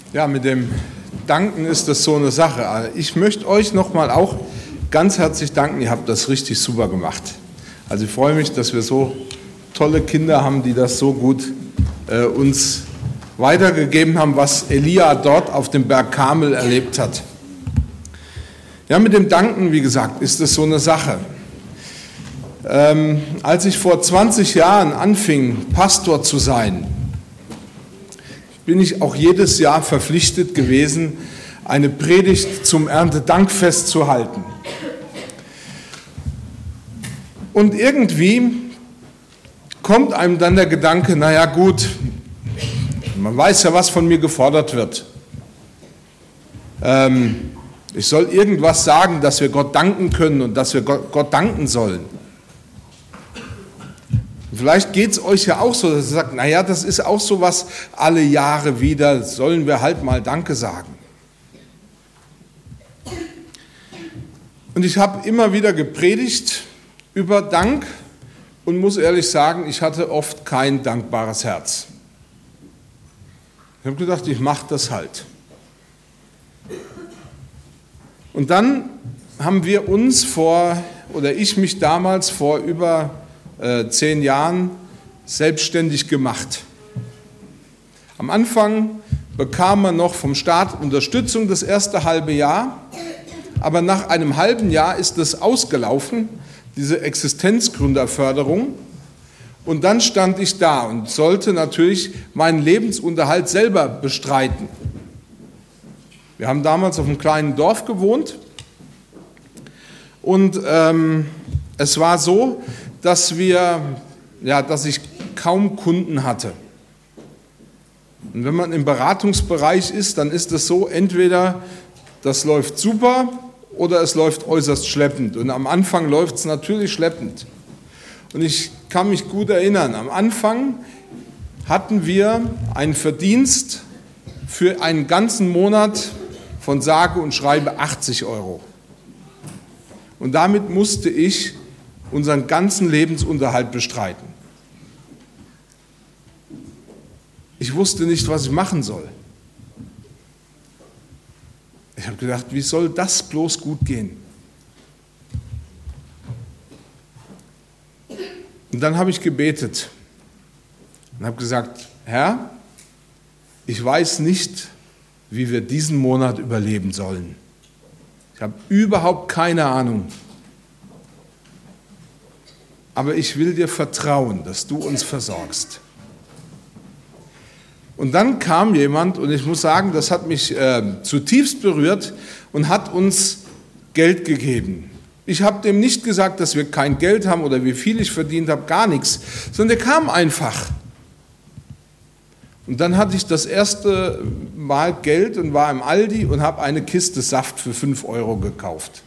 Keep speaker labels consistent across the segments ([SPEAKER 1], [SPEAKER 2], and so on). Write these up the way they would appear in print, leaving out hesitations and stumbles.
[SPEAKER 1] Ja, mit dem Danken ist das so eine Sache. Ich möchte euch nochmal auch ganz herzlich danken. Ihr habt das richtig super gemacht. Also ich freue mich, dass wir so tolle Kinder haben, die das so gut uns weitergegeben haben, was Elia dort auf dem Berg Karmel erlebt hat. Ja, mit dem Danken, wie gesagt, ist das so eine Sache. Als ich vor 20 Jahren anfing, Pastor zu sein, bin ich auch jedes Jahr verpflichtet gewesen, eine Predigt zum Erntedankfest zu halten. Und irgendwie kommt einem dann der Gedanke, naja gut, man weiß ja, was von mir gefordert wird. Ich soll irgendwas sagen, dass wir Gott danken können und dass wir Gott danken sollen. Vielleicht geht es euch ja auch so, dass ihr sagt, naja, das ist auch so was, alle Jahre wieder sollen wir halt mal Danke sagen. Und ich habe immer wieder gepredigt über Dank und muss ehrlich sagen, ich hatte oft kein dankbares Herz. Ich habe gedacht, ich mache das halt. Und dann haben wir uns ich mich damals vor über 10 Jahren selbstständig gemacht. Am Anfang bekam man noch vom Staat Unterstützung das erste halbe Jahr, aber nach einem halben Jahr ist das ausgelaufen, diese Existenzgründerförderung, und dann stand ich da und sollte natürlich meinen Lebensunterhalt selber bestreiten. Wir haben damals auf einem kleinen Dorf gewohnt und es war so, dass ich kaum Kunden hatte. Und wenn man im Beratungsbereich ist, dann ist es so, entweder das läuft super oder es läuft äußerst schleppend. Und am Anfang läuft es natürlich schleppend. Und ich kann mich gut erinnern, am Anfang hatten wir einen Verdienst für einen ganzen Monat von sage und schreibe 80 €. Und damit musste ich unseren ganzen Lebensunterhalt bestreiten. Ich wusste nicht, was ich machen soll. Ich habe gedacht, wie soll das bloß gut gehen? Und dann habe ich gebetet und habe gesagt, Herr, ich weiß nicht, wie wir diesen Monat überleben sollen. Ich habe überhaupt keine Ahnung. Aber ich will dir vertrauen, dass du uns versorgst. Und dann kam jemand, und ich muss sagen, das hat mich zutiefst berührt und hat uns Geld gegeben. Ich habe dem nicht gesagt, dass wir kein Geld haben oder wie viel ich verdient habe, gar nichts, sondern der kam einfach. Und dann hatte ich das erste Mal Geld und war im Aldi und habe eine Kiste Saft für 5 € gekauft.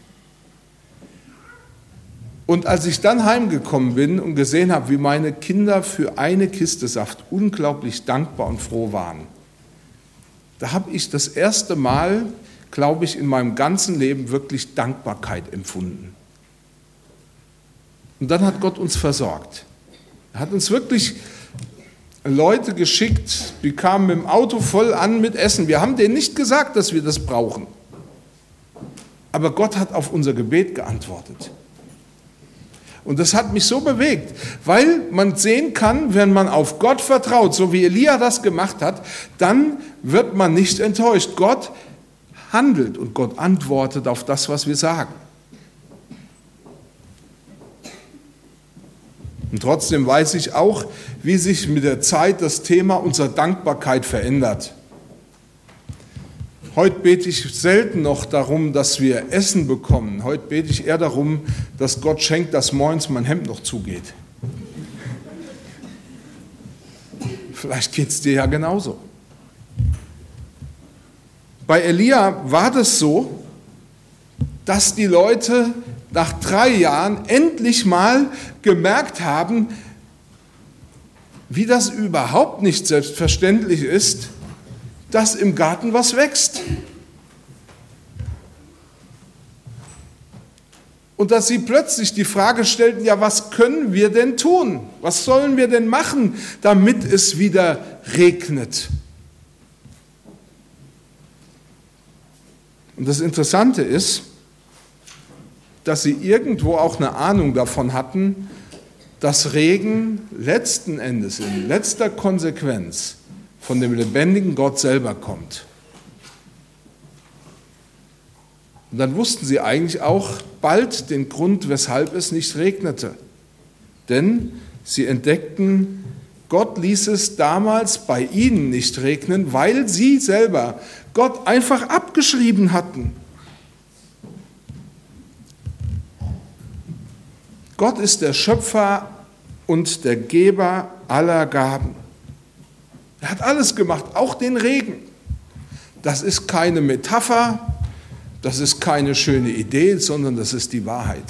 [SPEAKER 1] Und als ich dann heimgekommen bin und gesehen habe, wie meine Kinder für eine Kiste Saft unglaublich dankbar und froh waren, da habe ich das erste Mal, glaube ich, in meinem ganzen Leben wirklich Dankbarkeit empfunden. Und dann hat Gott uns versorgt. Er hat uns wirklich Leute geschickt, die kamen mit dem Auto voll an mit Essen. Wir haben denen nicht gesagt, dass wir das brauchen. Aber Gott hat auf unser Gebet geantwortet. Und das hat mich so bewegt, weil man sehen kann, wenn man auf Gott vertraut, so wie Elia das gemacht hat, dann wird man nicht enttäuscht. Gott handelt und Gott antwortet auf das, was wir sagen. Und trotzdem weiß ich auch, wie sich mit der Zeit das Thema unserer Dankbarkeit verändert. Heute bete ich selten noch darum, dass wir Essen bekommen. Heute bete ich eher darum, dass Gott schenkt, dass morgens mein Hemd noch zugeht. Vielleicht geht es dir ja genauso. Bei Elia war das so, dass die Leute nach 3 Jahren endlich mal gemerkt haben, wie das überhaupt nicht selbstverständlich ist, dass im Garten was wächst. Und dass sie plötzlich die Frage stellten, ja, was können wir denn tun? Was sollen wir denn machen, damit es wieder regnet? Und das Interessante ist, dass sie irgendwo auch eine Ahnung davon hatten, dass Regen letzten Endes, in letzter Konsequenz von dem lebendigen Gott selber kommt. Und dann wussten sie eigentlich auch bald den Grund, weshalb es nicht regnete. Denn sie entdeckten, Gott ließ es damals bei ihnen nicht regnen, weil sie selber Gott einfach abgeschrieben hatten. Gott ist der Schöpfer und der Geber aller Gaben. Er hat alles gemacht, auch den Regen. Das ist keine Metapher, das ist keine schöne Idee, sondern das ist die Wahrheit.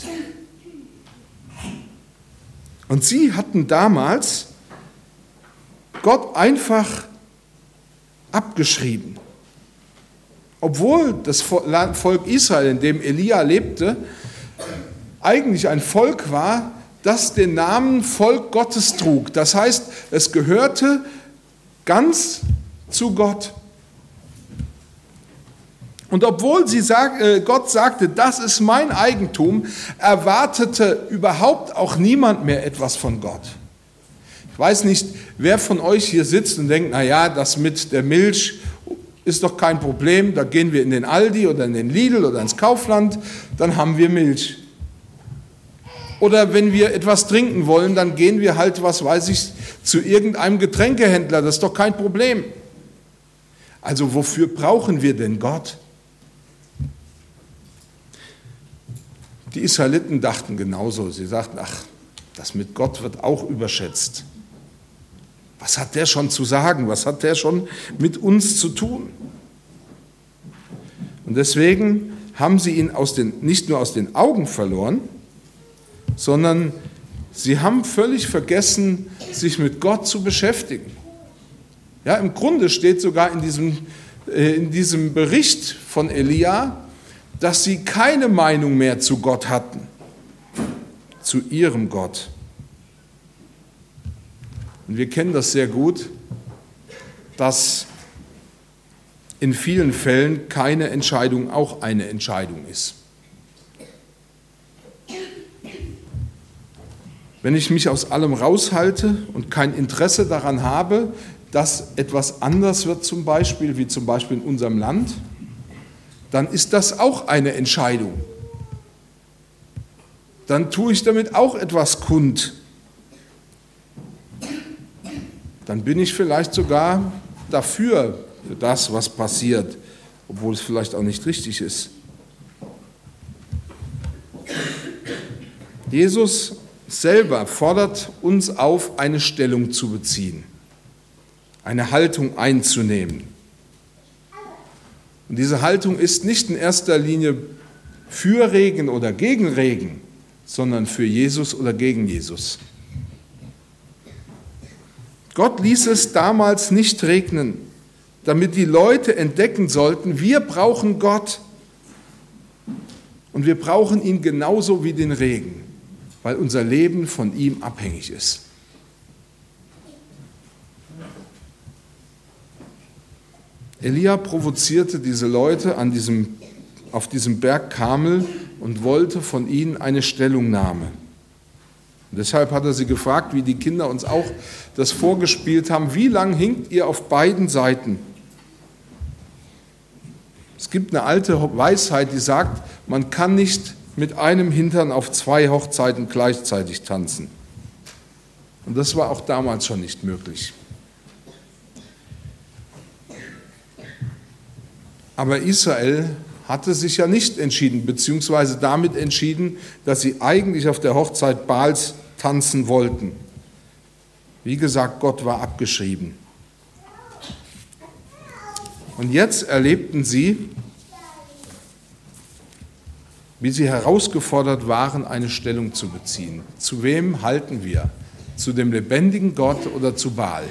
[SPEAKER 1] Und sie hatten damals Gott einfach abgeschrieben. Obwohl das Volk Israel, in dem Elia lebte, eigentlich ein Volk war, das den Namen Volk Gottes trug. Das heißt, es gehörte ganz zu Gott. Und obwohl Gott sagte, das ist mein Eigentum, erwartete überhaupt auch niemand mehr etwas von Gott. Ich weiß nicht, wer von euch hier sitzt und denkt, naja, das mit der Milch ist doch kein Problem, da gehen wir in den Aldi oder in den Lidl oder ins Kaufland, dann haben wir Milch. Oder wenn wir etwas trinken wollen, dann gehen wir halt, was weiß ich, zu irgendeinem Getränkehändler, das ist doch kein Problem. Also wofür brauchen wir denn Gott? Die Israeliten dachten genauso, sie sagten, ach, das mit Gott wird auch überschätzt. Was hat der schon zu sagen? Was hat der schon mit uns zu tun? Und deswegen haben sie ihn nicht nur aus den Augen verloren, sondern sie haben völlig vergessen, sich mit Gott zu beschäftigen. Ja, im Grunde steht sogar in diesem Bericht von Elia, dass sie keine Meinung mehr zu Gott hatten, zu ihrem Gott. Und wir kennen das sehr gut, dass in vielen Fällen keine Entscheidung auch eine Entscheidung ist. Wenn ich mich aus allem raushalte und kein Interesse daran habe, dass etwas anders wird wie zum Beispiel in unserem Land, dann ist das auch eine Entscheidung. Dann tue ich damit auch etwas kund. Dann bin ich vielleicht sogar dafür, für das, was passiert, obwohl es vielleicht auch nicht richtig ist. Jesus selber fordert uns auf, eine Stellung zu beziehen, eine Haltung einzunehmen. Und diese Haltung ist nicht in erster Linie für Regen oder gegen Regen, sondern für Jesus oder gegen Jesus. Gott ließ es damals nicht regnen, damit die Leute entdecken sollten, wir brauchen Gott und wir brauchen ihn genauso wie den Regen, weil unser Leben von ihm abhängig ist. Elia provozierte diese Leute auf diesem Berg Karmel und wollte von ihnen eine Stellungnahme. Und deshalb hat er sie gefragt, wie die Kinder uns auch das vorgespielt haben, wie lang hinkt ihr auf beiden Seiten? Es gibt eine alte Weisheit, die sagt, man kann nicht mit einem Hintern auf 2 Hochzeiten gleichzeitig tanzen. Und das war auch damals schon nicht möglich. Aber Israel hatte sich ja nicht entschieden, beziehungsweise damit entschieden, dass sie eigentlich auf der Hochzeit Baals tanzen wollten. Wie gesagt, Gott war abgeschrieben. Und jetzt erlebten sie, wie sie herausgefordert waren, eine Stellung zu beziehen. Zu wem halten wir? Zu dem lebendigen Gott oder zu Baal?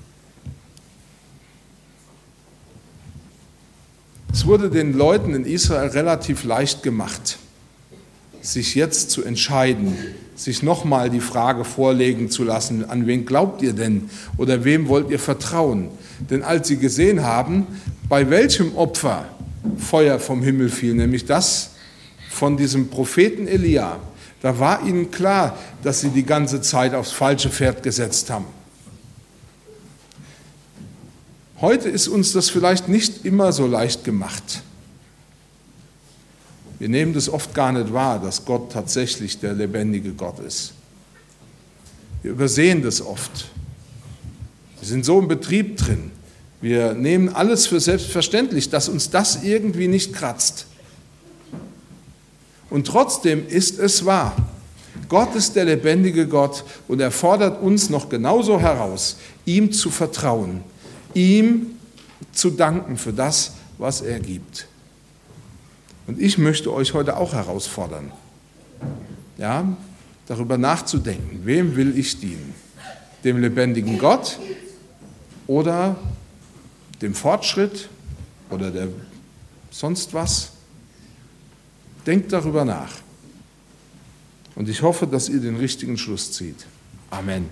[SPEAKER 1] Es wurde den Leuten in Israel relativ leicht gemacht, sich jetzt zu entscheiden, sich nochmal die Frage vorlegen zu lassen, an wen glaubt ihr denn oder wem wollt ihr vertrauen? Denn als sie gesehen haben, bei welchem Opfer Feuer vom Himmel fiel, nämlich das von diesem Propheten Elia. Da war ihnen klar, dass sie die ganze Zeit aufs falsche Pferd gesetzt haben. Heute ist uns das vielleicht nicht immer so leicht gemacht. Wir nehmen das oft gar nicht wahr, dass Gott tatsächlich der lebendige Gott ist. Wir übersehen das oft. Wir sind so im Betrieb drin. Wir nehmen alles für selbstverständlich, dass uns das irgendwie nicht kratzt. Und trotzdem ist es wahr. Gott ist der lebendige Gott und er fordert uns noch genauso heraus, ihm zu vertrauen, ihm zu danken für das, was er gibt. Und ich möchte euch heute auch herausfordern, ja, darüber nachzudenken, wem will ich dienen? Dem lebendigen Gott oder dem Fortschritt oder der sonst was? Denkt darüber nach. Und ich hoffe, dass ihr den richtigen Schluss zieht. Amen.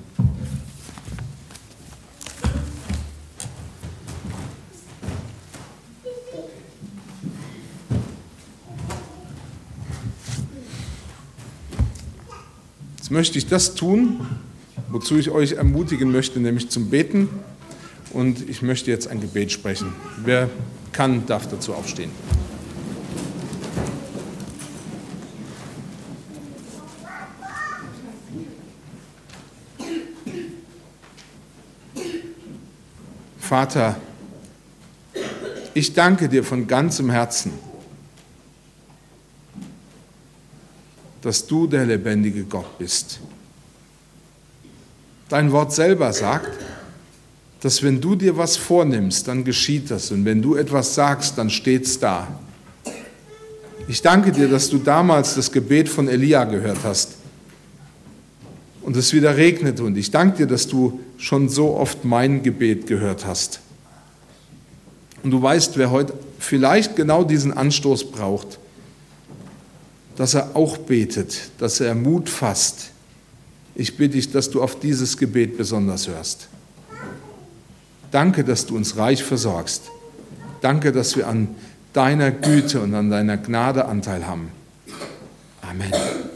[SPEAKER 1] Jetzt möchte ich das tun, wozu ich euch ermutigen möchte, nämlich zum Beten. Und ich möchte jetzt ein Gebet sprechen. Wer kann, darf dazu aufstehen. Vater, ich danke dir von ganzem Herzen, dass du der lebendige Gott bist. Dein Wort selber sagt, dass wenn du dir was vornimmst, dann geschieht das. Und wenn du etwas sagst, dann steht's da. Ich danke dir, dass du damals das Gebet von Elia gehört hast und es wieder regnete. Und ich danke dir, dass du schon so oft mein Gebet gehört hast. Und du weißt, wer heute vielleicht genau diesen Anstoß braucht, dass er auch betet, dass er Mut fasst. Ich bitte dich, dass du auf dieses Gebet besonders hörst. Danke, dass du uns reich versorgst. Danke, dass wir an deiner Güte und an deiner Gnade Anteil haben. Amen.